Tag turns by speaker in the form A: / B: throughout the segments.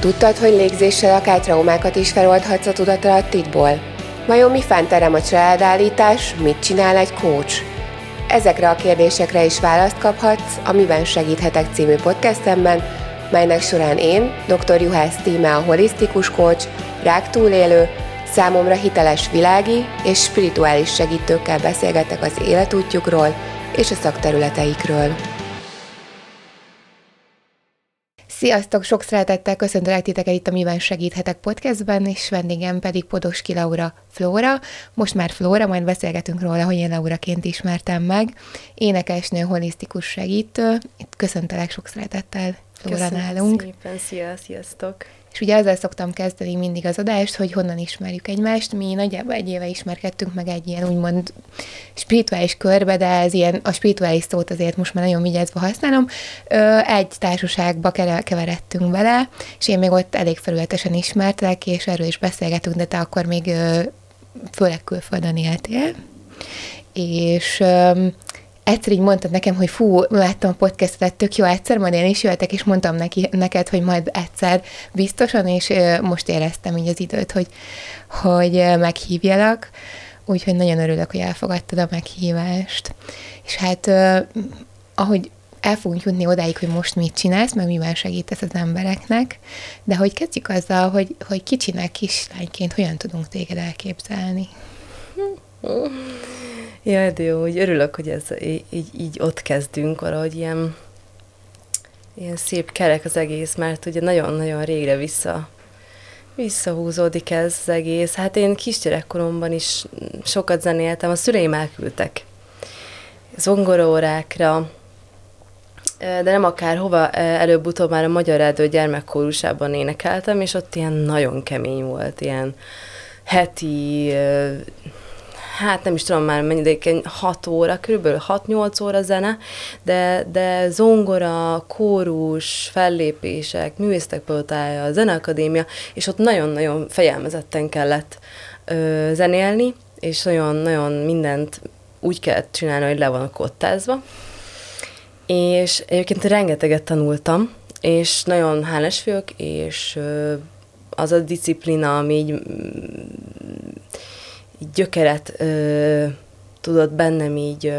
A: Tudtad, hogy légzéssel akár traumákat is feloldhatsz a tudatalattiból? Vajon mi fánterem a családállítás, mit csinál egy coach? Ezekre a kérdésekre is választ kaphatsz a Miben segíthetek című podcastemben, melynek során én, dr. Juhász Tíme, a holisztikus coach, ráktúlélő, számomra hiteles világi és spirituális segítőkkel beszélgetek az életútjukról és a szakterületeikről. Sziasztok! Sok szeretettel köszöntelek titeket itt a Miben segíthetek podcastben, és vendégem pedig Podoski Laura Flóra. Most már Flóra, majd beszélgetünk róla, hogy én Lauraként ismertem meg. Énekesnő, holisztikus segítő. Itt köszöntelek sok szeretettel, Flóra, nálunk.
B: Köszönöm szépen, sziasztok!
A: És ugye ezzel szoktam kezdeni mindig az adást, hogy honnan ismerjük egymást. Mi nagyjából egy éve ismerkedtünk meg egy ilyen úgymond spirituális körbe, de ez ilyen, a spirituális szót azért most már nagyon vigyázva használom. Egy társaságba keveredtünk bele, és én még ott elég felületesen ismertelek, és erről is beszélgetünk, de te akkor még főleg külföldön éltél. És egyszer így mondtad nekem, hogy láttam a podcastet, tök jó, egyszer majd én is jöhetek, és mondtam neked, hogy majd egyszer biztosan, és most éreztem így az időt, hogy meghívjalak, úgyhogy nagyon örülök, hogy elfogadtad a meghívást. És hát, ahogy el fogunk jutni odáig, hogy most mit csinálsz, meg miben segítesz az embereknek, de hogy kezdjük azzal, hogy kicsinek, kislányként hogyan tudunk téged elképzelni?
B: Jaj, de jó, úgy örülök, hogy ez így ott kezdünk, valahogy ilyen szép kerek az egész, mert ugye nagyon-nagyon régre visszahúzódik ez az egész. Hát én kisgyerekkoromban is sokat zenéltem, a szüleim elküldtek zongoraórákra, de nem akárhova, előbb-utóbb már a Magyar Rádió gyermekkórusában énekeltem, és ott ilyen nagyon kemény volt, ilyen heti, hát nem is tudom már mennyi, de 6 óra, körülbelül 6-8 óra zene, de zongora, kórus, fellépések, művészek palotája, zeneakadémia, és ott nagyon-nagyon fegyelmezetten kellett zenélni, és nagyon-nagyon mindent úgy kellett csinálni, hogy le van kottázva. És egyébként rengeteget tanultam, és nagyon hálás vagyok, és az a disziplína, ami így gyökeret tudott bennem így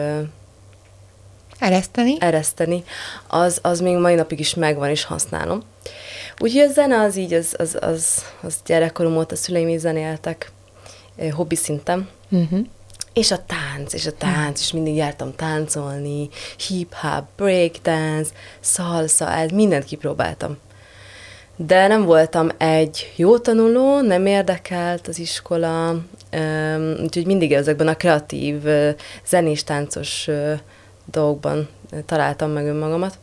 B: ereszteni, az még mai napig is megvan, és használom. Úgyhogy a zene az így, az gyerekkorom óta, a szüleim is zenéltek, hobbi szinten. Uh-huh. És a tánc, és mindig jártam táncolni, hip-hop, breakdance, salsa, mindent kipróbáltam. De nem voltam egy jó tanuló, nem érdekelt az iskola, úgyhogy mindig ezekben a kreatív, zenés-táncos dolgokban találtam meg önmagamat.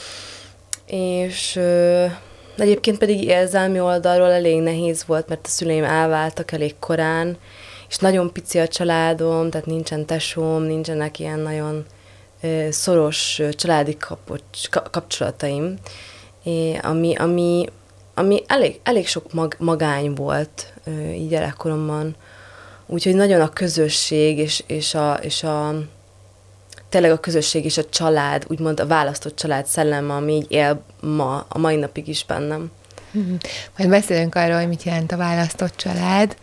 B: És egyébként pedig érzelmi oldalról elég nehéz volt, mert a szüleim elváltak elég korán, és nagyon pici a családom, tehát nincsen tesóm, nincsenek ilyen nagyon szoros családi kapcsolataim, ami elég sok magány volt így gyerekkoromban. Úgyhogy nagyon a közösség, és tényleg a közösség és a család, úgymond a választott család szelleme, ami így él a mai napig is bennem.
A: Majd beszélünk arról, hogy mit jelent a választott család,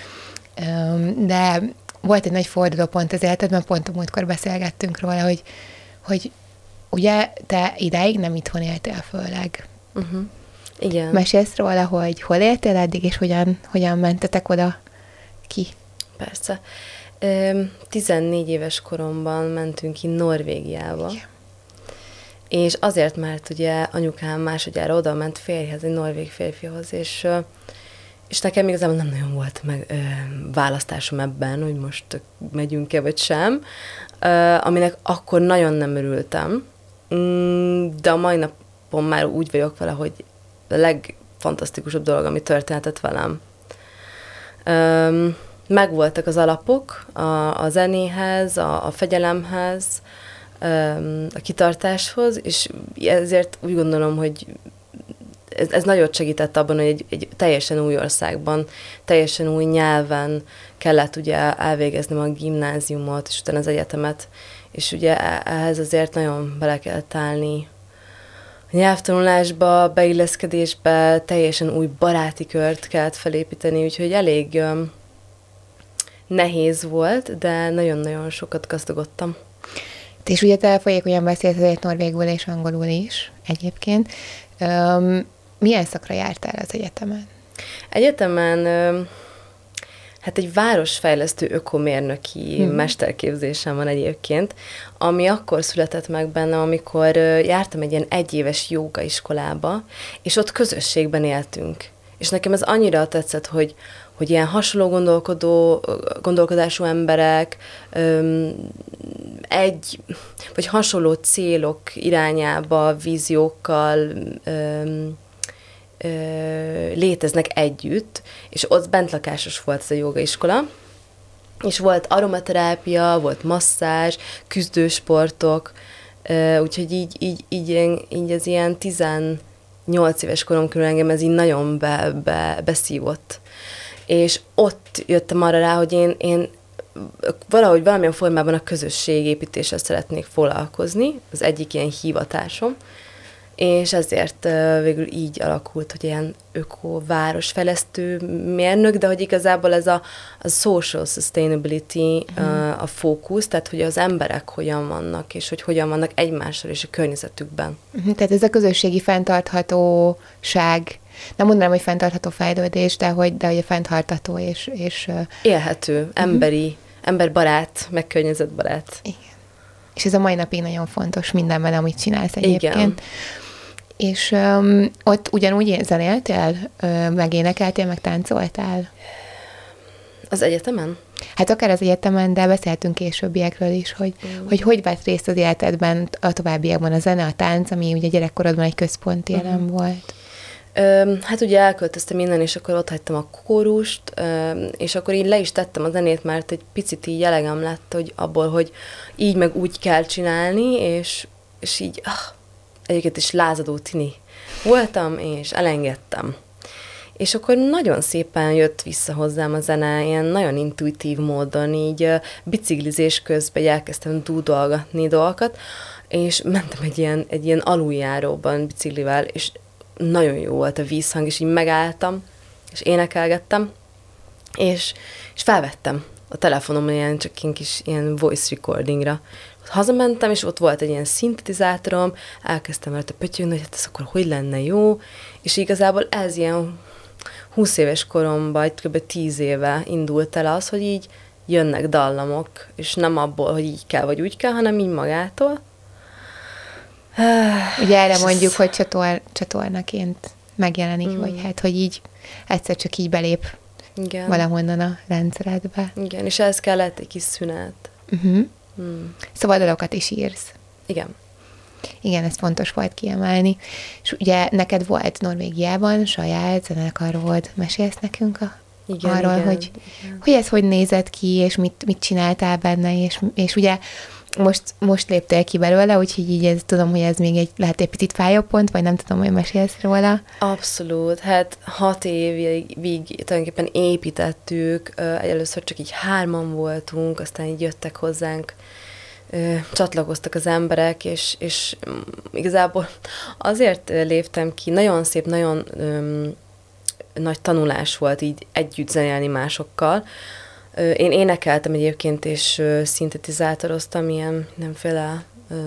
A: de volt egy nagy fordulópont az életedben, pont a múltkor beszélgettünk róla, hogy ugye te idáig nem itthon éltél főleg.
B: Uh-huh. Igen.
A: Mesélsz róla, hogy hol éltél eddig, és hogyan mentetek oda ki?
B: Persze. 14 éves koromban mentünk ki Norvégiába. Igen. És azért, mert ugye anyukám másodjára oda ment férjhez, egy norvég férfihoz, és nekem igazából nem nagyon volt választásom ebben, hogy most megyünk-e vagy sem, aminek akkor nagyon nem örültem, de a mai napon már úgy vagyok vele, hogy a legfantasztikusabb dolog, ami történhetett velem. Megvoltak az alapok a zenéhez, a fegyelemhez, a kitartáshoz, és ezért úgy gondolom, hogy ez nagyot segített abban, hogy egy teljesen új országban, teljesen új nyelven kellett ugye elvégeznem a gimnáziumot, és utána az egyetemet, és ugye ehhez azért nagyon bele kellett állni nyelvtanulásba, beilleszkedésbe teljesen új baráti kört kellett felépíteni, úgyhogy elég nehéz volt, de nagyon-nagyon sokat gazdagodtam.
A: És ugye te folyékonyan beszélsz azért norvégul és angolul is egyébként. Milyen szakra jártál az egyetemen?
B: Egyetemen hát egy városfejlesztő ökomérnöki mesterképzésem van egyébként, ami akkor született meg benne, amikor jártam egy ilyen egyéves jogaiskolába, és ott közösségben éltünk. És nekem ez annyira tetszett, hogy ilyen hasonló gondolkodású emberek vagy hasonló célok irányába, víziókkal léteznek együtt, és ott bentlakásos volt ez a jogaiskola, és volt aromaterápia, volt masszázs, küzdősportok, úgyhogy így ez ilyen 18 éves korom körül engem ez így nagyon beszívott. És ott jöttem arra rá, hogy én valahogy valamilyen formában a közösségépítéssel szeretnék foglalkozni, az egyik ilyen hivatásom, és ezért végül így alakult, hogy ilyen öko-városfejlesztő mérnök, de hogy igazából ez a social sustainability a fókusz, tehát hogy az emberek hogyan vannak, és hogy hogyan vannak egymással és a környezetükben.
A: Tehát ez a közösségi fenntarthatóság, nem mondanám, hogy fenntartható fejlődés, de hogy a fenntartható és
B: élhető, emberi, emberbarát, meg környezetbarát.
A: Igen. És ez a mai napig nagyon fontos mindenben, amit csinálsz egyébként.
B: Igen.
A: És ott ugyanúgy zenéltél, meg énekeltél, meg táncoltál?
B: Az egyetemen?
A: Hát akár az egyetemen, de beszéltünk későbbiekről is, hogy vett részt az életedben a továbbiakban a zene, a tánc, ami ugye gyerekkorodban egy központi elem volt.
B: Hát ugye elköltöztem innen, és akkor ott hagytam a kórust, és akkor így le is tettem a zenét, mert egy picit így elegem lett, hogy abból, hogy így meg úgy kell csinálni, és így egyébként is lázadó tini voltam, és elengedtem. És akkor nagyon szépen jött vissza hozzám a zene, ilyen nagyon intuitív módon, így biciklizés közben elkezdtem dúdolgatni dolgokat, és mentem egy ilyen aluljáróban biciklivel, és nagyon jó volt a vízhang, és így megálltam, és énekelgettem, és felvettem a telefonomon ilyen csak ilyen kis ilyen voice recordingra. Hazamentem, és ott volt egy ilyen szintetizátorom, elkezdtem rajta pötyögni, hogy hát ez akkor hogy lenne jó, és igazából ez ilyen 20 éves koromban, kb. 10 éve indult el az, hogy így jönnek dallamok, és nem abból, hogy így kell, vagy úgy kell, hanem így magától.
A: Ugye erre mondjuk, hogy csatornaként megjelenik, vagy hát, hogy így egyszer csak így belép valahonnan a rendszeredbe.
B: Igen, és ez kellett egy kis szünet.
A: Szóval dalokat is írsz.
B: Igen.
A: Igen, ez fontos volt kiemelni. És ugye neked volt Norvégiában saját zenekarod. Mesélsz nekünk arról, hogy ez hogy nézett ki, és mit csináltál benne, és ugye most léptél ki belőle, úgyhogy így tudom, hogy ez még lehet egy picit fájó pont, vagy nem tudom, hogy mesélsz róla.
B: Abszolút, hát 6 évig tulajdonképpen építettük, először csak így 3-an voltunk, aztán így jöttek hozzánk, csatlakoztak az emberek, és igazából azért léptem ki, nagyon szép, nagyon nagy tanulás volt így együtt zenélni másokkal. Én énekeltem egyébként, és szintetizátoroztam ilyen mindenféle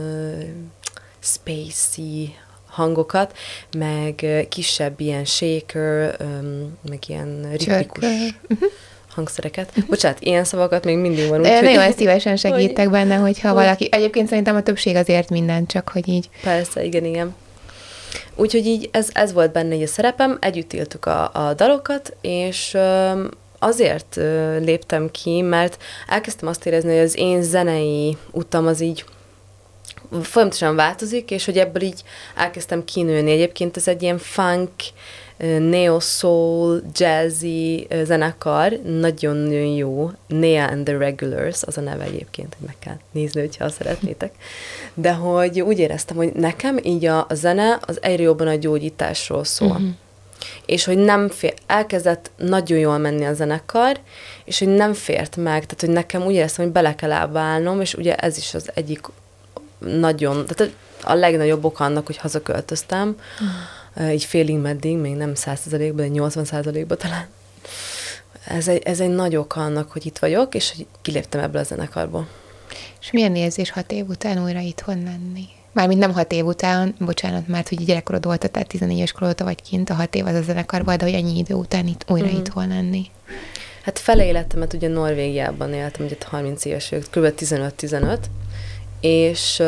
B: spacey hangokat, meg kisebb ilyen shaker, meg ilyen ritmikus hangszereket. Bocsánat, ilyen szavakat még mindig van.
A: Nagyon szívesen segítek benne, hogyha valaki... Egyébként szerintem a többség azért minden, csak hogy így...
B: Persze, igen. Úgyhogy így ez volt benne egy a szerepem, együtt írtuk a dalokat, és azért léptem ki, mert elkezdtem azt érezni, hogy az én zenei utam az így folyamatosan változik, és hogy ebből így elkezdtem kinőni. Egyébként ez egy ilyen funk, neo-soul, jazzy zenekar, nagyon-nagyon jó. Nea and the Regulars, az a neve egyébként, hogy meg kell nézni, hogyha szeretnétek. De hogy úgy éreztem, hogy nekem így a zene az egyre jobban a gyógyításról szól. És hogy elkezdett nagyon jól menni a zenekar, és hogy nem fért meg, tehát hogy nekem úgy éreztem, hogy bele kell állnom, és ugye ez is az egyik nagyon, tehát a legnagyobb oka annak, hogy hazaköltöztem, így félig meddig, még nem 100%-ban, de 80%-ban talán. Ez egy nagy oka annak, hogy itt vagyok, és hogy kiléptem ebből a zenekarból.
A: És milyen érzés 6 év után újra itthon lenni? Mármint nem 6 év után, bocsánat, mert hogy gyerekkorod óta, tehát 14 éves korod óta vagy kint, a 6 év az a zenekarban, de hogy ennyi idő után újra itthon lenni.
B: Hát fele életemet ugye Norvégiában éltem, ugye 30 éves vagyok, kb. 15-15, és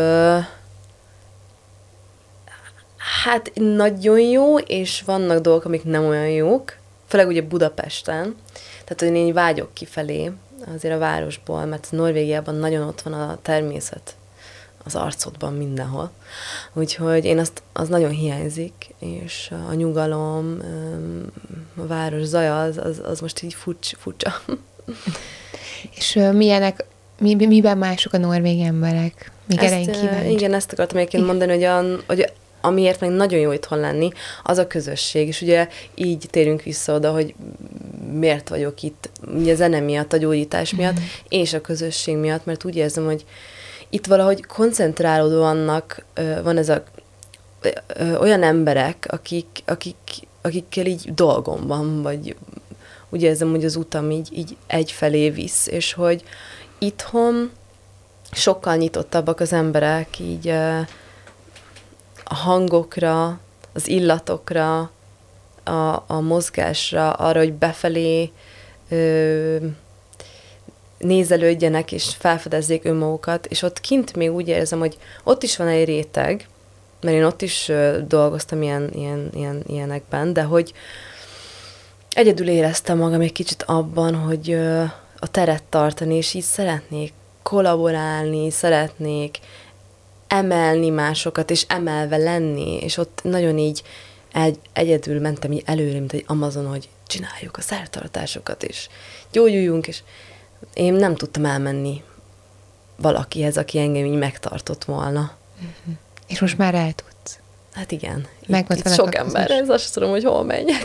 B: hát nagyon jó, és vannak dolgok, amik nem olyan jók, főleg ugye Budapesten, tehát hogy én vágyok kifelé azért a városból, mert Norvégiában nagyon ott van a természet az arcodban mindenhol. Úgyhogy én az nagyon hiányzik, és a nyugalom, a város zaja, az most így furcsa.
A: És miben mások a norvég emberek? Még erején kíváncsi.
B: Igen, ezt akartam egyébként mondani, hogy amiért meg nagyon jó itthon lenni, az a közösség. És ugye így térünk vissza oda, hogy miért vagyok itt, ugye a zene miatt, a gyógyítás miatt, és a közösség miatt, mert úgy érzem, hogy itt valahogy koncentrálódó van ez olyan emberek, akikkel így dolgom van, vagy úgy érzem, hogy az utam így egyfelé visz, és hogy itthon sokkal nyitottabbak az emberek, így a hangokra, az illatokra, a mozgásra, arra, hogy befelé nézelődjenek, és felfedezzék önmagukat, és ott kint még úgy érzem, hogy ott is van egy réteg, mert én ott is dolgoztam ilyenekben, de hogy egyedül éreztem magam egy kicsit abban, hogy a teret tartani, és így szeretnék kollaborálni, szeretnék emelni másokat, és emelve lenni, és ott nagyon így egyedül mentem így előre, mint egy Amazon, hogy csináljuk a szertartásokat, és gyógyuljunk, és én nem tudtam elmenni valakihez, aki engem így megtartott volna.
A: És most már el tudsz.
B: Hát igen. Itt sok ember, ez azt tudom, hogy hol menjek.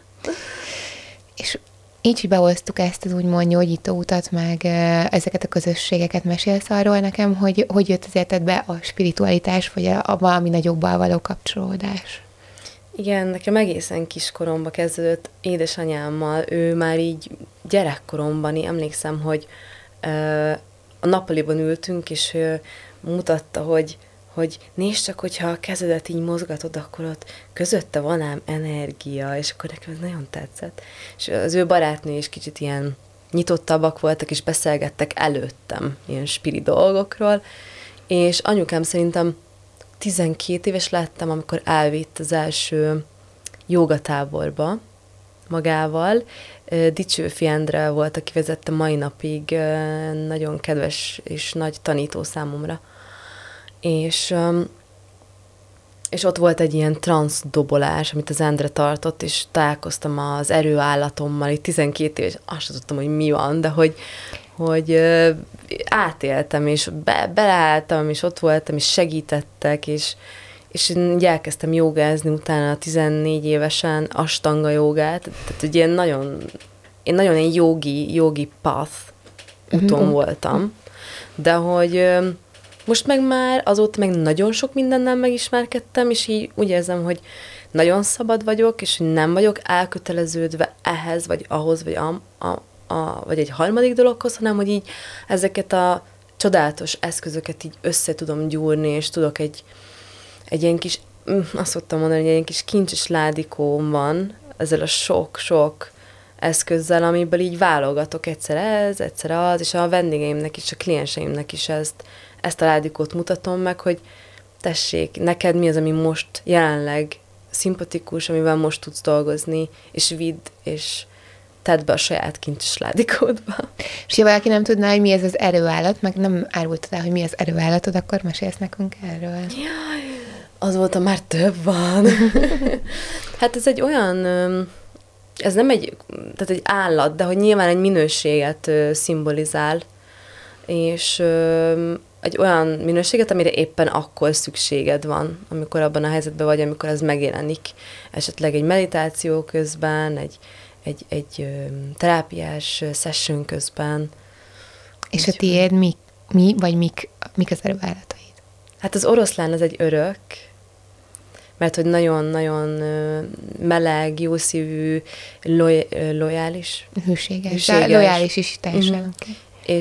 A: És így, hogy behoztuk ezt az úgymond gyógyító utat, meg ezeket a közösségeket, mesélsz arról nekem, hogy jött az életedbe a spiritualitás, vagy a valami nagyobbal való kapcsolódás?
B: Igen, nekem egészen kiskoromban kezdődött édesanyámmal, ő már így gyerekkoromban, emlékszem, hogy a nappaliban ültünk, és mutatta, hogy nézd csak, hogyha a kezedet így mozgatod, akkor ott közötte van ám energia, és akkor nekem ez nagyon tetszett. És az ő barátnői is kicsit ilyen nyitottabbak voltak, és beszélgettek előttem ilyen spiri dolgokról, és anyukám szerintem 12 éves lettem, amikor elvitt az első jogatáborba magával. Dicsőfi Endre volt, aki vezette mai napig, nagyon kedves és nagy tanító számomra. És ott volt egy ilyen transz dobolás, amit az Endre tartott, és találkoztam az erőállatommal, itt 12 éves, azt sem tudtam, hogy mi van, de hogy átéltem, és beleálltam, és ott voltam, és segítettek, és én elkezdtem jogázni utána 14 évesen, astanga jogát, tehát ugye én nagyon egy jogi path úton voltam, de hogy most meg már azóta meg nagyon sok mindennel megismerkedtem, és így úgy érzem, hogy nagyon szabad vagyok, és nem vagyok elköteleződve ehhez, vagy ahhoz, vagy egy harmadik dologhoz, hanem hogy így ezeket a csodálatos eszközöket így össze tudom gyúrni, és tudok egy ilyen kis, azt szoktam mondani, hogy egy ilyen kis kincses ládikóm van, ezzel a sok-sok eszközzel, amiből így válogatok egyszer ez, egyszer az, és a vendégeimnek is, a klienseimnek is ezt a ládikót mutatom meg, hogy tessék, neked mi az, ami most jelenleg szimpatikus, amivel most tudsz dolgozni, és vidd, és tedd be a saját kincses ládikódba.
A: És ha valaki nem tudná, hogy mi ez az erőállat, meg nem árultad el, hogy mi az erőállatod, akkor mesélsz nekünk erről.
B: Jaj, azóta már több van. Hát ez egy olyan, ez nem tehát egy állat, de hogy nyilván egy minőséget szimbolizál, és egy olyan minőséget, amire éppen akkor szükséged van, amikor abban a helyzetben vagy, amikor ez megjelenik. Esetleg egy meditáció közben, egy terápiás session közben.
A: És a tiéd mi vagy mik az erőállataid?
B: Hát az oroszlán az egy örök, mert hogy nagyon-nagyon meleg, jószívű, lojális.
A: Hűséges. Lojális is teljesen. Okay.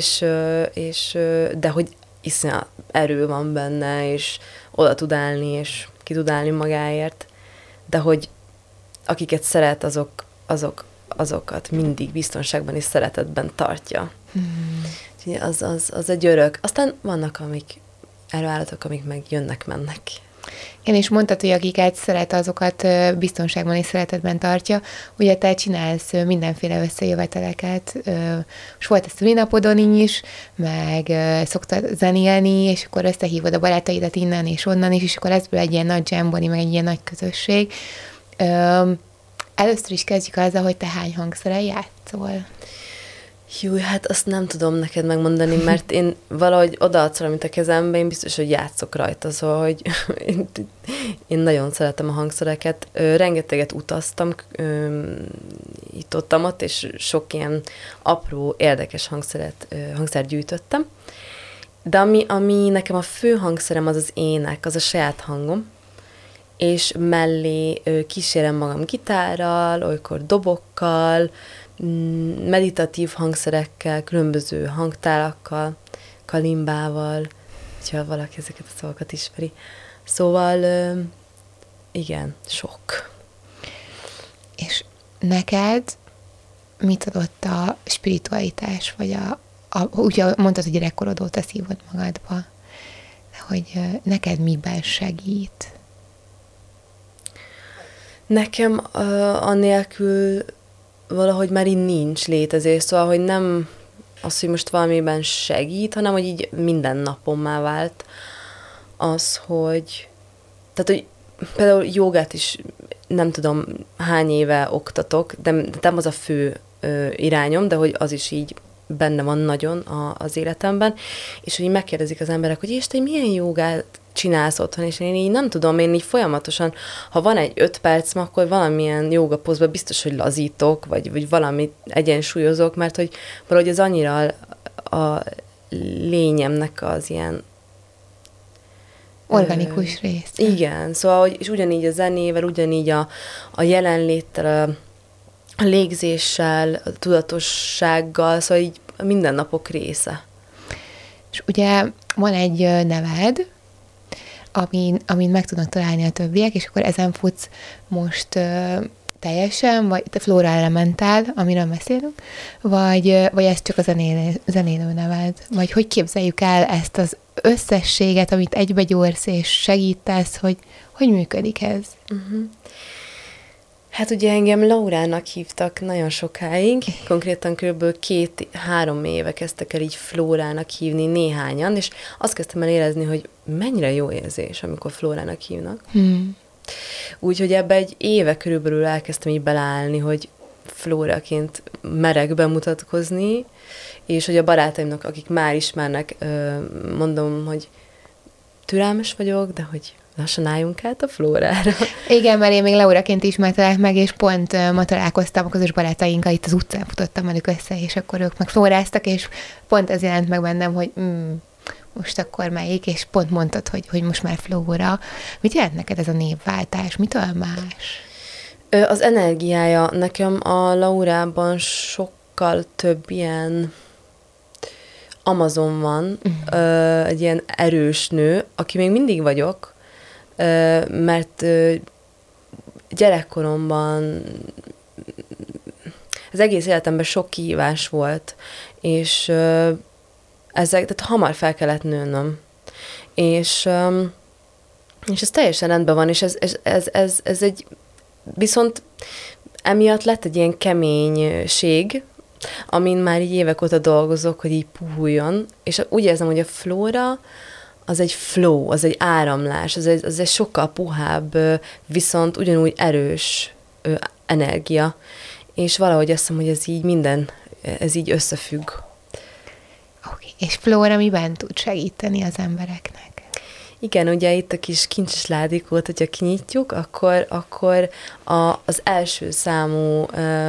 B: De hogy iszonyat erő van benne, és oda tud állni, és ki tud állni magáért. De hogy akiket szeret, azokat mindig biztonságban és szeretetben tartja. Az egy örök. Aztán vannak erőállatok, amik meg jönnek-mennek.
A: Igen, és mondtad, hogy akiket szeret, azokat biztonságban és szeretetben tartja. Ugye te csinálsz mindenféle összejöveteleket, és volt a szülinapodon is, meg szoktad zenélni, és akkor összehívod a barátaidat innen és onnan is, és akkor lesz egy ilyen nagy dzsamboni, meg egy ilyen nagy közösség. Először is kezdjük azzal, hogy te hány hangszeren játszol?
B: Jú, hát azt nem tudom neked megmondani, mert én valahogy odaadsz valamit a kezembe, én biztos, hogy játszok rajta, szóval, hogy én nagyon szeretem a hangszereket. Rengeteget utaztam, itt ott, és sok ilyen apró, érdekes hangszert gyűjtöttem. De ami nekem a fő hangszerem, az az ének, az a saját hangom, és mellé kísérem magam gitárral, olykor dobokkal, meditatív hangszerekkel, különböző hangtálakkal, kalimbával, hogyha valaki ezeket a szavakat ismeri. Szóval, igen, sok.
A: És neked mit adott a spiritualitás, vagy ugye mondtad, hogy gyerekkorod óta szívod magadba, de hogy neked miben segít?
B: Nekem anélkül valahogy már így nincs létezés, szóval, hogy nem az, hogy most valamiben segít, hanem, hogy így minden napommá vált az, hogy például jogát is nem tudom hány éve oktatok, de nem az a fő irányom, de hogy az is így benne van nagyon az életemben, és hogy így megkérdezik az emberek, hogy és te milyen jogát csinálsz otthon, és én így nem tudom, én így folyamatosan, ha van egy 5 percem, akkor valamilyen jogapózban biztos, hogy lazítok, vagy valamit egyensúlyozok, mert hogy valahogy ez annyira a lényemnek az ilyen
A: organikus rész.
B: Igen, szóval, és ugyanígy a zenével, ugyanígy a jelenléttel, a légzéssel, a tudatossággal, szóval így a mindennapok része.
A: És ugye van egy neved, amin meg tudnak találni a többiek, és akkor ezen futsz most teljesen, vagy te Flóra Elementál, amiről beszélünk, vagy ez csak a zenélő neved? Vagy hogy képzeljük el ezt az összességet, amit egybegyúrsz és segítesz, hogy működik ez?
B: Uh-huh. Hát ugye engem Laurának hívtak nagyon sokáig, konkrétan kb. 2-3 éve kezdtek el így Flórának hívni néhányan, és azt kezdtem el érezni, hogy mennyire jó érzés, amikor Flórának hívnak. Úgyhogy ebbe egy éve körülbelül elkezdtem így beleállni, hogy Flóraként merek bemutatkozni, és hogy a barátaimnak, akik már ismernek, mondom, hogy türelmes vagyok, de hogy lassan álljunk át a Flórára.
A: Igen, mert én még Lauraként ismertelek meg, és pont ma találkoztam a közös barátainkkal, itt az utcán futottam velük össze, és akkor ők meg flóráztak, és pont ez jelent meg bennem, hogy most akkor melyik, és pont mondtad, hogy most már Flóra. Mit jelent neked ez a névváltás? Mitől más?
B: Az energiája nekem a Laurában sokkal több ilyen Amazon van, egy ilyen erős nő, aki még mindig vagyok, mert gyerekkoromban az egész életemben sok kihívás volt, és tehát hamar fel kellett nőnöm. És ez teljesen rendben van, és ez egy, viszont emiatt lett egy ilyen keménység, amin már így évek óta dolgozok, hogy így puhuljon, és úgy érzem, hogy a Flóra az egy flow, az egy áramlás, az egy sokkal puhább, viszont ugyanúgy erős energia, és valahogy azt hiszem, hogy ez így összefügg.
A: Oké. És Flóra miben tud segíteni az embereknek?
B: Igen, ugye itt a kis kincses ládikót, hogyha kinyitjuk, akkor az első számú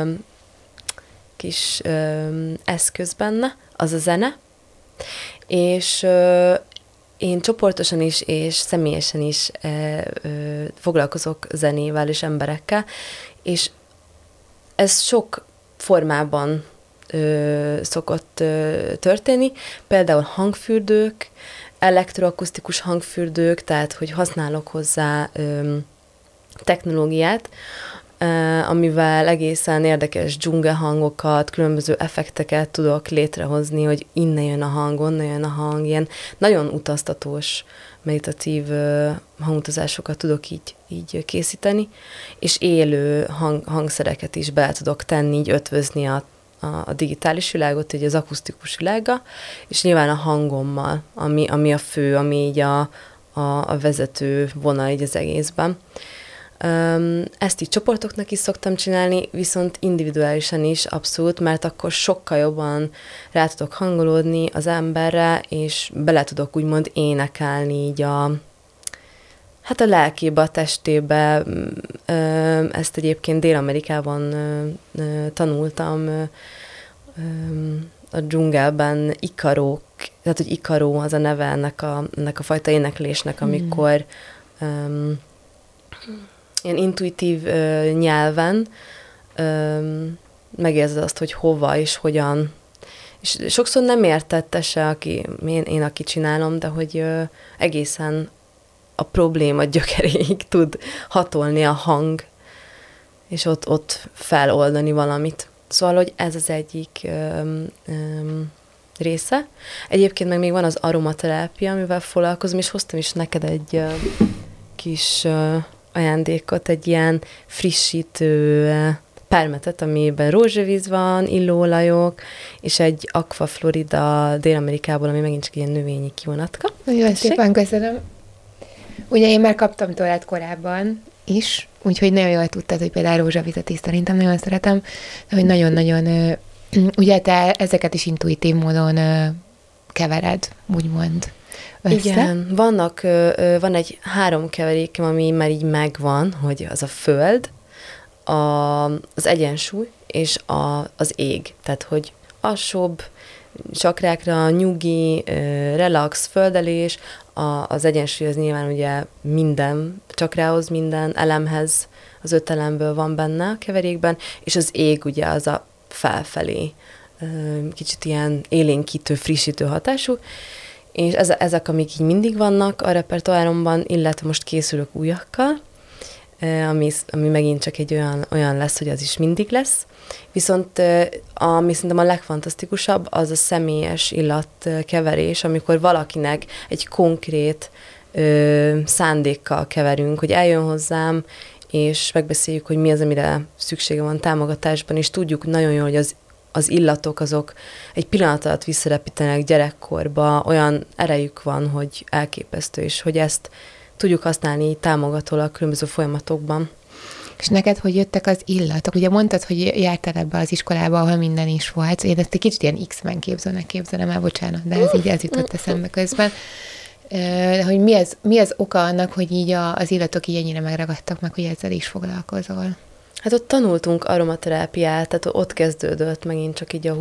B: kis eszköz benne, az a zene, és Én csoportosan is és személyesen is foglalkozok zenével és emberekkel, és ez sok formában szokott történni, például hangfürdők, elektroakusztikus hangfürdők, tehát hogy használok hozzá technológiát, amivel egészen érdekes dzsungelhangokat, különböző effekteket tudok létrehozni, hogy innen jön a hang, onnan jön a hang, ilyen nagyon utaztatós, meditatív hangutazásokat tudok így készíteni, és élő hangszereket is be tudok tenni, így ötvözni a digitális világot, így az akusztikus világgal, és nyilván a hangommal, ami a fő, ami így a vezető vonal így az egészben. Ezt így csoportoknak is szoktam csinálni, viszont individuálisan is abszolút, mert akkor sokkal jobban rá tudok hangolódni az emberre, és bele tudok úgymond énekelni így a lelkébe, a testébe. Ezt egyébként Dél-Amerikában tanultam, a dzsungelben Ikarok, tehát hogy Ikaró az a neve ennek a fajta éneklésnek, amikor ilyen intuitív nyelven megérzed azt, hogy hova és hogyan. És sokszor nem értette se, én aki csinálom, de hogy egészen a probléma gyökeréig tud hatolni a hang, és ott feloldani valamit. Szóval, hogy ez az egyik része. Egyébként meg még van az aromaterápia, amivel foglalkozom, és hoztam is neked egy kis ajándékot, egy ilyen frissítő permetet, amiben rózsavíz van, illóolajok, és egy Aqua Florida Dél-Amerikából, ami megint csak ilyen növényi kivonatka.
A: Nagyon szépen köszönöm. Ugye én már kaptam tőled korábban is, úgyhogy nagyon jól tudtad, hogy például rózsavizet is szerintem nagyon szeretem, de hogy nagyon-nagyon, ugye te ezeket is intuitív módon kevered, úgymond össze. Igen,
B: van egy 3 keverékem, ami már így megvan, hogy az a föld, az egyensúly és az ég. Tehát, hogy alsóbb csakrákra nyugi, relax, földelés, az egyensúly az nyilván ugye minden csakrához, minden elemhez, az 5 elemből van benne a keverékben, és az ég ugye az a felfelé, kicsit ilyen élénkítő, frissítő hatású, és ezek, amik így mindig vannak a repertoáromban, illetve most készülök újakkal, ami megint csak egy olyan lesz, hogy az is mindig lesz. Viszont ami szerintem a legfantasztikusabb, az a személyes illatkeverés, amikor valakinek egy konkrét szándékkal keverünk, hogy eljön hozzám, és megbeszéljük, hogy mi az, amire szüksége van támogatásban, és tudjuk nagyon jól, hogy az illatok azok egy pillanat alatt visszarepítenek gyerekkorba, olyan erejük van, hogy elképesztő, és hogy ezt tudjuk használni támogatólag különböző folyamatokban.
A: És neked hogy jöttek az illatok? Ugye mondtad, hogy jártál ebbe az iskolába, ahol minden is volt. Én ezt egy kicsit ilyen X-Men képzőnek képzelem el, bocsánat, de ez jutott eszembe közben. Hogy mi az oka annak, hogy így az illatok így ennyire megragadtak meg, hogy ezzel is foglalkozol?
B: Hát ott tanultunk aromaterápiát, tehát ott kezdődött megint csak így a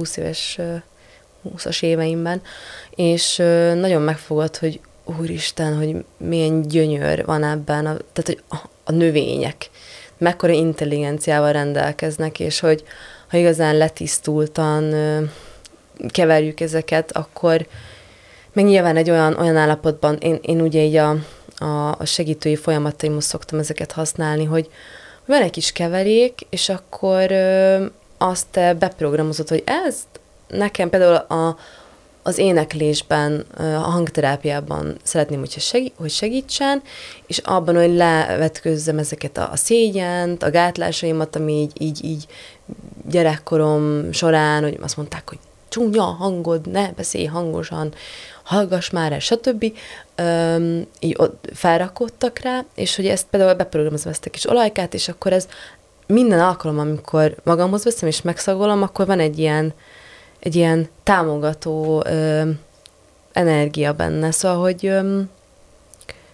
B: 20-as éveimben, és nagyon megfogott, hogy úristen, hogy milyen gyönyör van ebben, tehát hogy a növények, mekkora intelligenciával rendelkeznek, és hogy ha igazán letisztultan keverjük ezeket, akkor meg nyilván egy olyan állapotban, én ugye így a segítői folyamataimhoz szoktam ezeket használni, hogy van egy kis keverék, és akkor azt te beprogramozod, hogy ezt nekem például az éneklésben, a hangterápiában szeretném, hogy segítsen, és abban, hogy levetközzem ezeket a szégyent, a gátlásaimat, ami így gyerekkorom során, hogy azt mondták, hogy csúnya a hangod, ne beszélj hangosan, hallgass már el, stb. Így felrakódtak rá, és hogy ezt például beprogramozom ezt a kis olajkát, és akkor ez minden alkalom, amikor magamhoz veszem és megszagolom, akkor van egy ilyen támogató energia benne. Szóval,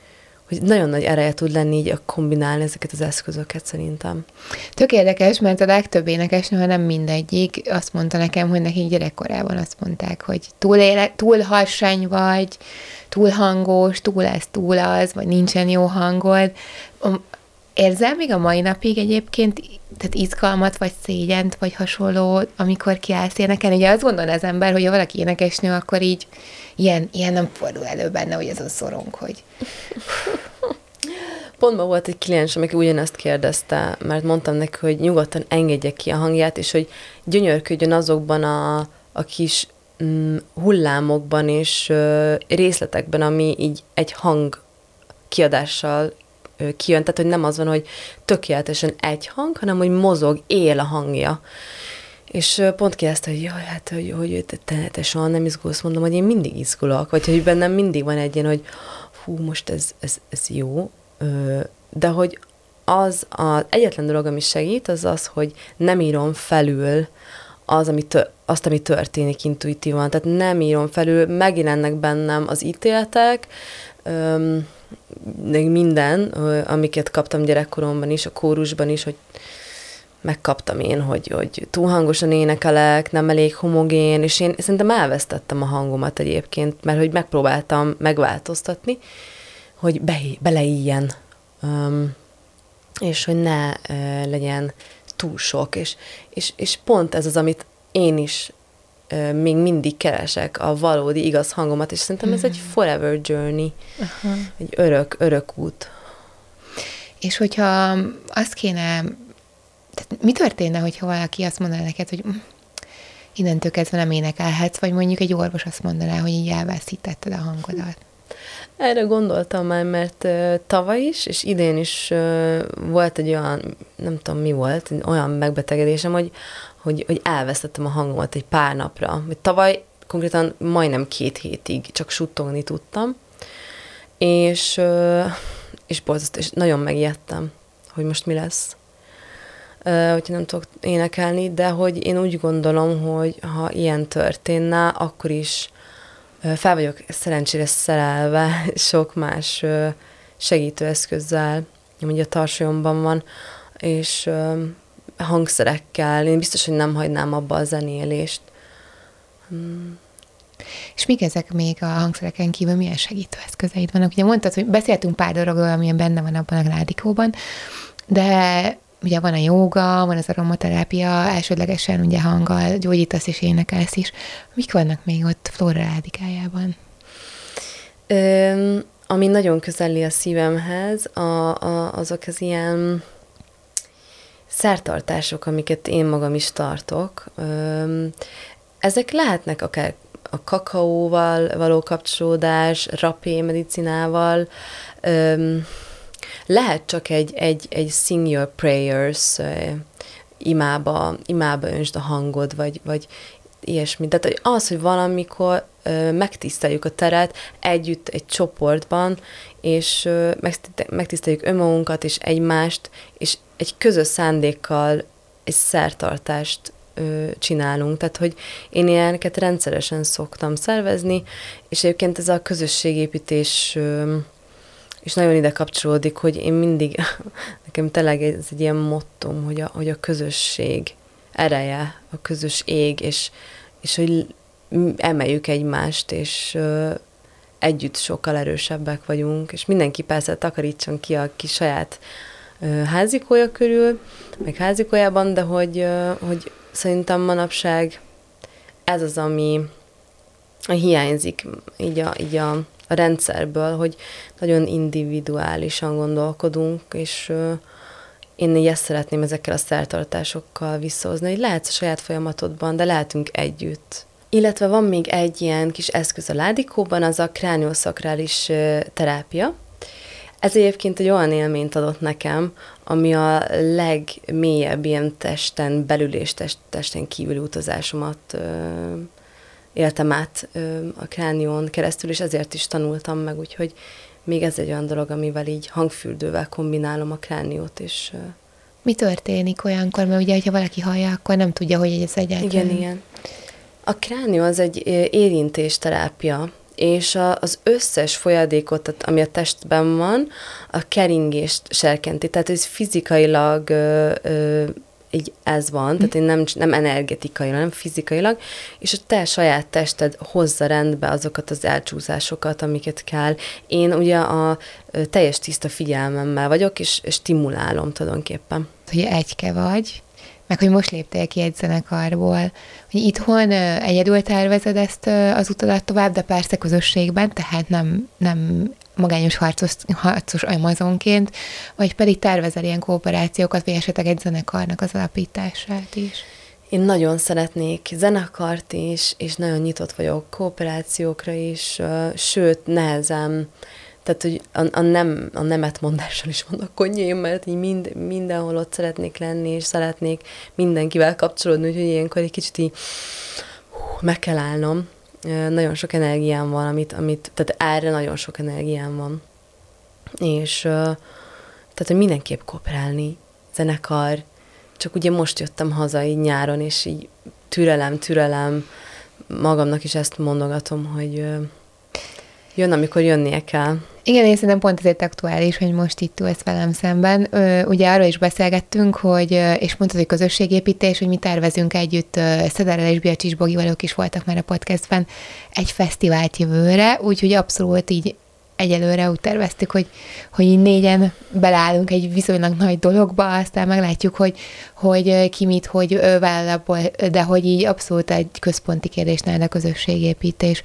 B: hogy nagyon nagy ereje tud lenni így kombinálni ezeket az eszközöket szerintem.
A: Tök érdekes, mert a legtöbb énekesnő, ha nem mindegyik, azt mondta nekem, hogy nekik gyerekkorában azt mondták, hogy túl harsány vagy, túl hangos, túl ez, túl az, vagy nincsen jó hangod. Érzel még a mai napig egyébként tehát izgalmat, vagy szégyent, vagy hasonló, amikor kiállsz énekelni? Ugye azt gondolna az ember, hogy ha valaki énekesnő, akkor így ilyen nem fordul elő benne, hogy azon szorong, hogy...
B: Pont ma volt egy kliens, aki ugyanezt kérdezte, mert mondtam neki, hogy nyugodtan engedje ki a hangját, és hogy gyönyörködjön azokban a kis hullámokban és részletekben, ami így egy hang kiadással kijön, tehát hogy nem az van, hogy tökéletesen egy hang, hanem hogy mozog, él a hangja. És pont kérdezte, hogy jaj, hát, hogy te soha nem izgulsz, mondom, hogy én mindig izgulok, vagy hogy bennem mindig van egy ilyen, hogy hú, most ez jó, de hogy az egyetlen dolog, ami segít, az az, hogy nem írom felül azt, ami történik intuitívan. Tehát nem írom felül, megjelennek bennem az ítéletek, minden, amiket kaptam gyerekkoromban is, a kórusban is, hogy megkaptam én, hogy túl hangosan énekelek, nem elég homogén, és én szerintem elvesztettem a hangomat egyébként, mert hogy megpróbáltam megváltoztatni, hogy beleíjen, és hogy ne legyen túl sok, és pont ez az, amit én is még mindig keresek, a valódi igaz hangomat, és szerintem ez egy forever journey, egy örök út.
A: És hogyha azt kéne, tehát mi történne, hogyha valaki azt mondaná neked, hogy innentől kezdve nem énekelhetsz, vagy mondjuk egy orvos azt mondaná, hogy így elveszítetted a hangodat?
B: Erre gondoltam már, mert tavaly is, és idén is volt egy olyan, nem tudom mi volt, olyan megbetegedésem, hogy elvesztettem a hangomat egy pár napra. Tavaly konkrétan majdnem 2 hétig csak suttogni tudtam, és borzasztó, és nagyon megijedtem, hogy most mi lesz, hogyha nem tudok énekelni, de hogy én úgy gondolom, hogy ha ilyen történne, akkor is fel vagyok szerencsére szerelve sok más segítőeszközzel, ami a tarsolyomban van, és hangszerekkel. Én biztos, hogy nem hagynám abba a zenélést.
A: És mik ezek még a hangszereken kívül, milyen segítőeszközeid vannak? Ugye mondtad, hogy beszéltünk pár dologról, amilyen benne van abban a rádikóban, de ugye van a jóga, van az aromaterápia, elsődlegesen ugye hanggal gyógyítasz és énekelsz is. Mik vannak még ott Flóra rádikájában?
B: Ami nagyon közeli a szívemhez, azok az ilyen szertartások, amiket én magam is tartok. Ezek lehetnek akár a kakaóval való kapcsolódás, rapé medicinával, lehet csak egy sing your prayers, imába öntsd a hangod, vagy ilyesmi. Tehát az, hogy valamikor megtiszteljük a teret együtt egy csoportban, és megtiszteljük önmagunkat és egymást, és egy közös szándékkal egy szertartást csinálunk. Tehát, hogy én ilyeneket rendszeresen szoktam szervezni, és egyébként ez a közösségépítés és nagyon ide kapcsolódik, hogy én mindig, nekem tényleg ez egy ilyen mottom, hogy a közösség ereje, a közös ég, és hogy emeljük egymást, és együtt sokkal erősebbek vagyunk, és mindenki persze takarítson ki a kis saját házikója körül, meg házikójában, de hogy szerintem manapság ez az, ami hiányzik így a rendszerből, hogy nagyon individuálisan gondolkodunk, és én így ezt szeretném ezekkel a szertartásokkal visszahozni, hogy lehetsz a saját folyamatodban, de lehetünk együtt. Illetve van még egy ilyen kis eszköz a ládikóban, az a krániószakrális terápia. Ez egyébként egy olyan élményt adott nekem, ami a legmélyebb ilyen testen belül és testen kívüli utazásomat éltem át a kránión keresztül, és ezért is tanultam meg, úgyhogy még ez egy olyan dolog, amivel így hangfürdővel kombinálom a krániót, és...
A: Mi történik olyankor? Mert ugye, ha valaki hallja, akkor nem tudja, hogy ez egyáltalán...
B: Igen. A kránió az egy érintésterápia, és az összes folyadékot, ami a testben van, a keringést serkenti. Tehát ez fizikailag így ez van, tehát én nem energetikailag, hanem fizikailag, és a te saját tested hozza rendbe azokat az elcsúszásokat, amiket kell. Én ugye a teljes tiszta figyelmemmel vagyok, és stimulálom tulajdonképpen.
A: Hogy egyke vagy, meg hogy most léptél ki egy zenekarból, hogy itthon egyedül tervezed ezt az utadat tovább, de persze közösségben, tehát nem magányos harcos amazonként, vagy pedig tervezel ilyen kooperációkat, vagy esetleg egy zenekarnak az alapítását is?
B: Én nagyon szeretnék zenekart is, és nagyon nyitott vagyok kooperációkra is, sőt, nehezem, tehát, hogy a nemetmondással is vannak könnyűim, mert így mindenhol ott szeretnék lenni, és szeretnék mindenkivel kapcsolódni, úgyhogy ilyenkor egy kicsit így meg kell állnom. Nagyon sok energiám van, tehát erre nagyon sok energiám van. És tehát, hogy mindenképp kooperálni, zenekar, csak ugye most jöttem haza így nyáron, és így türelem, magamnak is ezt mondogatom, hogy jön, amikor jönnie kell.
A: Igen, én szerintem pont ezért aktuális, hogy most itt ülsz velem szemben. Ugye arról is beszélgettünk, hogy, és mondtad, hogy közösségépítés, hogy mi tervezünk együtt, Szederrel és Biacsics Bogival, ők is voltak már a podcastben, egy fesztivált jövőre, úgyhogy abszolút így egyelőre úgy terveztük, hogy így négyen beleállunk egy viszonylag nagy dologba, aztán meglátjuk, hogy ki mit, hogy vállal abból, de hogy így abszolút egy központi kérdés nálad a közösségépítés.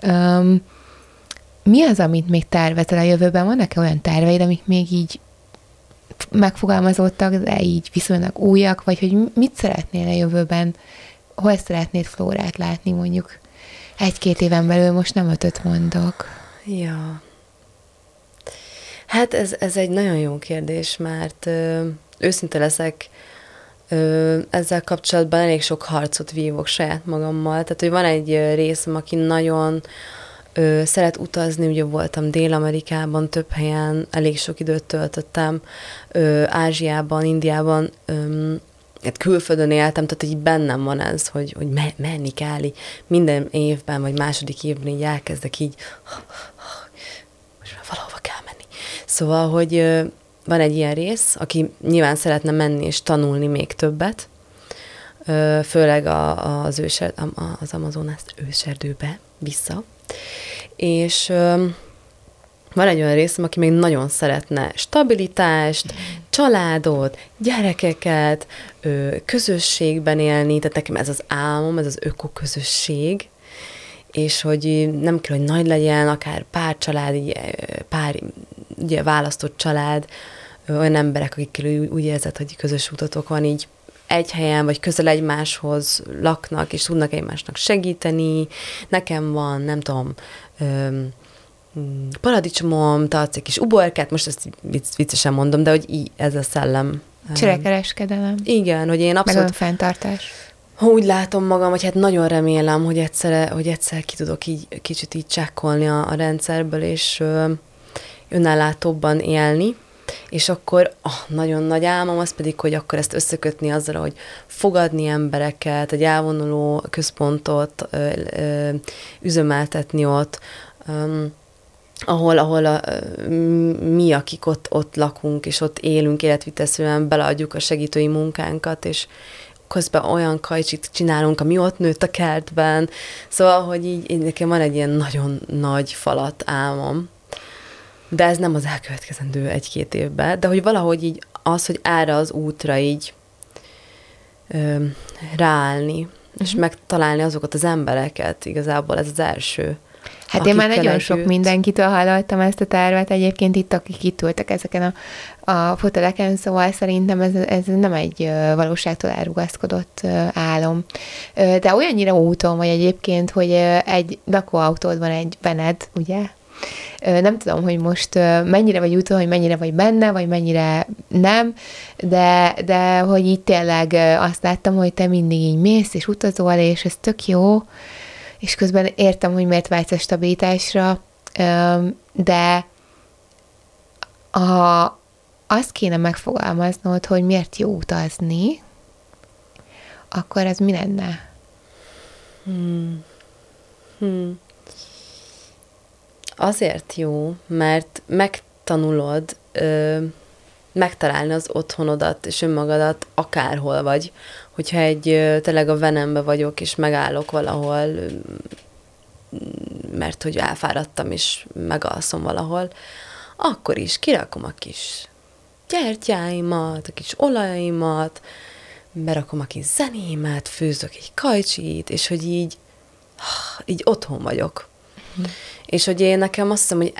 A: Mi az, amit még tervezel a jövőben? Vannak-e olyan terveid, amik még így megfogalmazódtak, de így viszonylag újak, vagy hogy mit szeretnél a jövőben? Hol szeretnéd Flórát látni mondjuk 1-2 éven belül? Most nem 5 mondok.
B: Ja. Hát ez egy nagyon jó kérdés, mert őszinte leszek, ezzel kapcsolatban elég sok harcot vívok saját magammal. Tehát, hogy van egy részem, aki nagyon szeret utazni, ugye voltam Dél-Amerikában, több helyen, elég sok időt töltöttem, Ázsiában, Indiában, hát külföldön éltem, tehát így bennem van ez, hogy menni kell, így minden évben, vagy második évben így elkezdek így, most már valahova kell menni. Szóval, hogy van egy ilyen rész, aki nyilván szeretne menni és tanulni még többet, főleg az Amazonas őserdőbe vissza. És van egy olyan részem, aki még nagyon szeretne stabilitást, családot, gyerekeket, közösségben élni, tehát nekem ez az álmom, ez az ökoközösség, és hogy nem kell, hogy nagy legyen, akár pár család, pár ugye, választott család, olyan emberek, akikkel úgy érzed, hogy közös utatok van így egy helyen, vagy közel egymáshoz laknak, és tudnak egymásnak segíteni. Nekem van, nem tudom, paradicsomom, tartsz egy kis uborkát, most ezt viccesen mondom, de hogy ez a szellem.
A: Csőrekereskedelem.
B: Igen, hogy én abszolút...
A: Meg fenntartás.
B: Úgy látom magam, hogy hát nagyon remélem, hogy egyszer ki tudok így kicsit így csekkolni a rendszerből, és önellátóbban élni, és akkor nagyon nagy álmom az pedig, hogy akkor ezt összekötni azzal, hogy fogadni embereket, egy elvonuló központot üzemeltetni ott, ahol mi, akik ott lakunk, és ott élünk életvitelszerűen, beleadjuk a segítői munkánkat, és közben olyan kajcsit csinálunk, ami ott nőtt a kertben. Szóval, hogy így nekem van egy ilyen nagyon nagy falat álmom, de ez nem az elkövetkezendő 1-2 évben, de hogy valahogy így az, hogy erre az útra így ráállni, és megtalálni azokat az embereket, igazából ez az első.
A: Hát én már nagyon sok mindenkitől hallottam ezt a tervet, egyébként itt, akik itt ültek ezeken a foteleken, szóval szerintem ez nem egy valóságtól elrugaszkodott álom. De olyannyira úton vagy egyébként, hogy egy lakóautód van, egy vened, ugye? Nem tudom, hogy most mennyire vagy úton, hogy mennyire vagy benne, vagy mennyire nem, de hogy így tényleg azt láttam, hogy te mindig így mész és utazol, és ez tök jó, és közben értem, hogy miért vágysz a stabilitásra, de ha azt kéne megfogalmaznod, hogy miért jó utazni, akkor az mi lenne?
B: Azért jó, mert megtanulod megtalálni az otthonodat és önmagadat akárhol vagy. Hogyha tényleg a venembe vagyok, és megállok valahol, mert hogy elfáradtam, és megalszom valahol, akkor is kirakom a kis gyertyáimat, a kis olajaimat, berakom a kis zenémet, főzök egy kajcsit, és hogy így otthon vagyok. És hogy én nekem azt hiszem, hogy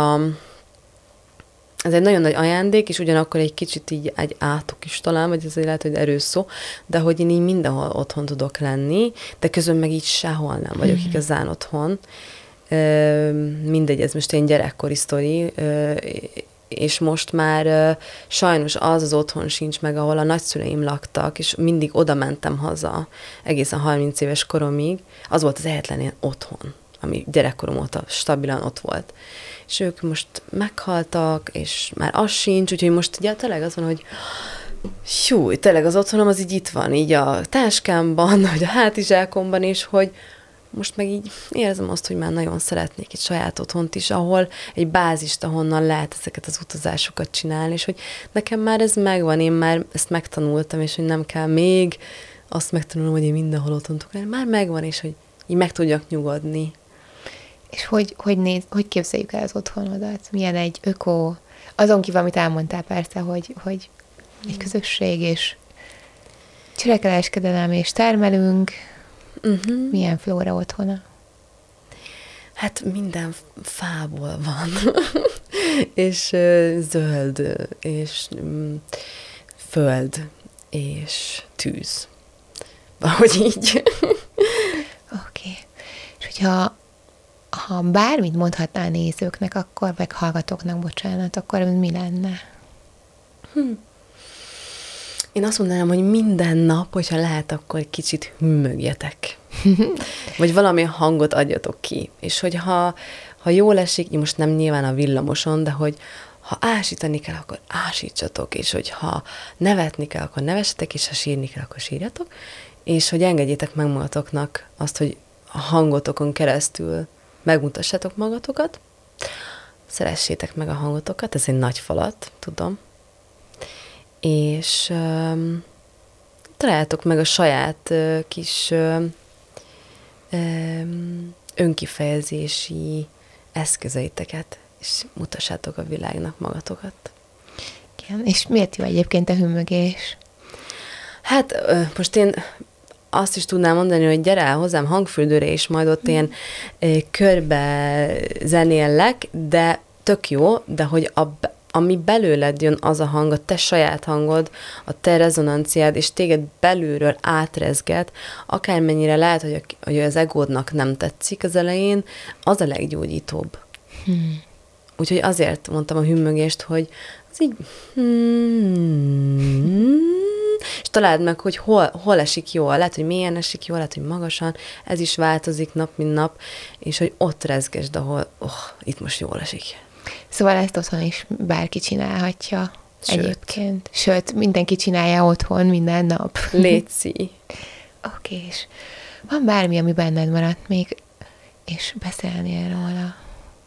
B: ez egy nagyon nagy ajándék, és ugyanakkor egy kicsit így egy átok is talán, vagy ez lehet, hogy erős szó, de hogy én így mindenhol otthon tudok lenni, de közben meg így sehol nem vagyok igazán otthon. Mindegy, ez most egy gyerekkori sztori, és most már sajnos az otthon sincs meg, ahol a nagyszüleim laktak, és mindig oda mentem haza, egészen 30 éves koromig. Az volt az egyetlen ilyen otthon, ami gyerekkorom óta stabilan ott volt. És ők most meghaltak, és már az sincs, úgyhogy most ugye tényleg az van, hogy tényleg az otthonom az így itt van, így a táskámban, vagy a hátizsákomban is, hogy most meg így érzem azt, hogy már nagyon szeretnék egy saját otthont is, ahol egy bázist, ahonnan lehet ezeket az utazásokat csinálni, és hogy nekem már ez megvan, én már ezt megtanultam, és hogy nem kell még azt megtanulnom, hogy én mindenhol otthon tudok lenni. Már megvan, és hogy így meg tudjak nyugodni.
A: És hogy képzeljük el az otthonodat? Milyen egy öko, azon kívül, amit elmondtál persze, hogy egy közösség, és cselekedelem, és termelünk, milyen flóra otthona?
B: Hát minden fából van, és zöld, és föld, és tűz. Valahogy így.
A: Oké. És hogyha bármit mondhatnál nézőknek, akkor, meg hallgatóknak, bocsánat, akkor mi lenne?
B: Én azt mondanám, hogy minden nap, hogyha lehet, akkor egy kicsit hümmögjetek. Vagy valami hangot adjatok ki. És hogyha jól esik, most nem nyilván a villamoson, de hogy ha ásítani kell, akkor ásítsatok, és hogyha nevetni kell, akkor nevessetek, és ha sírni kell, akkor sírjatok, és hogy engedjétek meg magatoknak azt, hogy a hangotokon keresztül megmutassátok magatokat, szeressétek meg a hangotokat, ez egy nagy falat, tudom, és találjátok meg a saját kis önkifejezési eszközeiteket, és mutassátok a világnak magatokat.
A: Igen. És miért jó egyébként a hümmögés?
B: Hát most én azt is tudnám mondani, hogy gyere el hozzám hangfürdőre, és majd ott én körbe zenéllek, de tök jó, de hogy ami belőled jön, az a hang, a te saját hangod, a te rezonanciád, és téged belülről átrezget, akármennyire lehet, hogy az egódnak nem tetszik az elején, az a leggyógyítóbb. Úgyhogy azért mondtam a hümmögést, hogy az így és találd meg, hogy hol esik jól. Lehet, hogy mélyen esik jól, lehet, hogy magasan. Ez is változik nap, mint nap, és hogy ott rezgesd, ahol itt most jól esik.
A: Szóval ezt otthon is bárki csinálhatja egyébként. Sőt, mindenki csinálja otthon minden nap.
B: Léci.
A: Oké, és van bármi, ami benned maradt még, és beszélnél róla?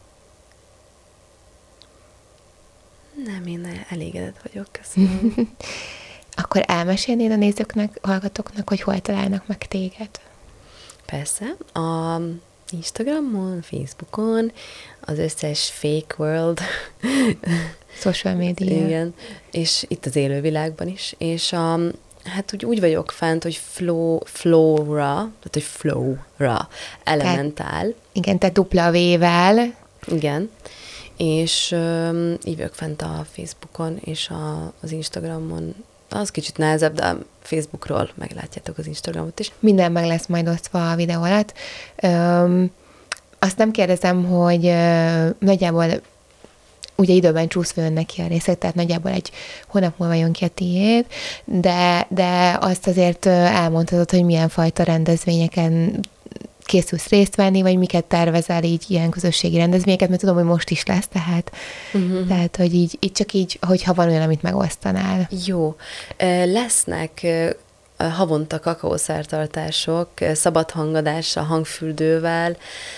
B: Nem, én elégedett vagyok, köszönöm.
A: Akkor elmesélnéd a nézőknek, hallgatóknak, hogy hol találnak meg téged?
B: Persze, a Instagramon, Facebookon, az összes fake world.
A: Social media.
B: Igen, és itt az élővilágban is, és hát úgy vagyok fent, hogy flowra, tehát hogy flowra, elementál.
A: Igen, tehát dupla V-vel.
B: Igen, és így vagyok fent a Facebookon, és az Instagramon. Az kicsit nehezebb, de a Facebookról meglátjátok az Instagramot is.
A: Minden meg lesz majd osztva a videó alatt. Azt nem kérdezem, hogy nagyjából ugye időben csúszva jönnek ki a részek, tehát nagyjából egy hónap múlva jön ki a tiéd, de azt azért elmondhatod, hogy milyen fajta rendezvényeken készülsz részt venni, vagy miket tervezel így ilyen közösségi rendezvényeket, mert tudom, hogy most is lesz, tehát hogy így csak így, hogyha van olyan, amit megosztanál.
B: Jó. Lesznek havonta kakaószertartások, szabad hangadással, hangfürdővel,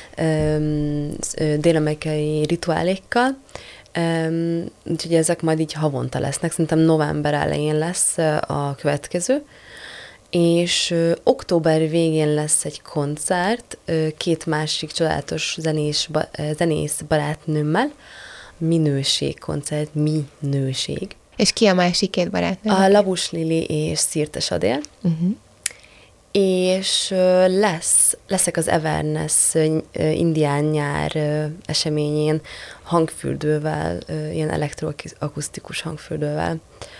B: dél-amerikai rituálékkal, úgyhogy ezek majd így havonta lesznek, szerintem november elején lesz a következő, és október végén lesz egy koncert 2 másik csodálatos zenész barátnőmmel, minőség koncert, minőség.
A: És ki a másik 2 barátnő?
B: A Labus Lili és Szirtes Adél. És leszek az Everness indián nyár eseményén hangfürdővel, ilyen elektroakusztikus hangfürdővel.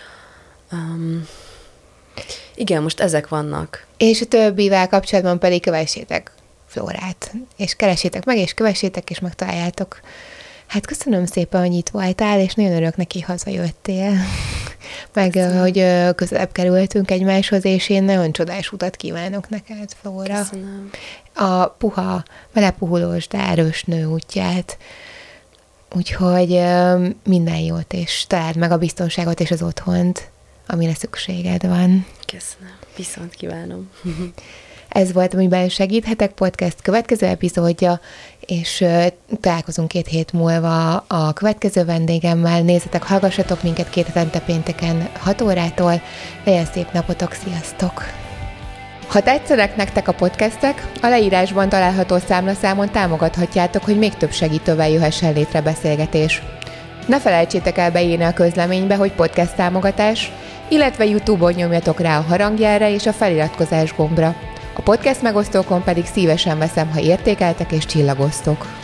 B: Igen, most ezek vannak.
A: És a többivel kapcsolatban pedig kövessétek Flórát, és keresétek meg, és kövessétek, és megtaláljátok. Hát köszönöm szépen, hogy itt voltál, és nagyon örülök neki, hazajöttél. Meg, hogy közelebb kerültünk egymáshoz, és én nagyon csodás utat kívánok neked, Flóra.
B: Köszönöm.
A: A puha, belepuhulós, de erős nő útját. Úgyhogy minden jót, és találd meg a biztonságot és az otthont, amire szükséged van.
B: Köszönöm. Viszont kívánom.
A: Ez volt, amiben segíthetek podcast következő epizódja, és találkozunk 2 hét múlva a következő vendégemmel. Nézzetek, hallgassatok minket 2 hetente pénteken 6 órától. Legyen szép napotok, sziasztok! Ha tetszenek nektek a podcastek, a leírásban található számlaszámon támogathatjátok, hogy még több segítővel jöhessen létre beszélgetés. Ne felejtsétek el beírni a közleménybe, hogy podcast támogatás, illetve YouTube-on nyomjatok rá a harangjelre és a feliratkozás gombra. A podcast megosztókon pedig szívesen veszem, ha értékeltek és csillagoztok.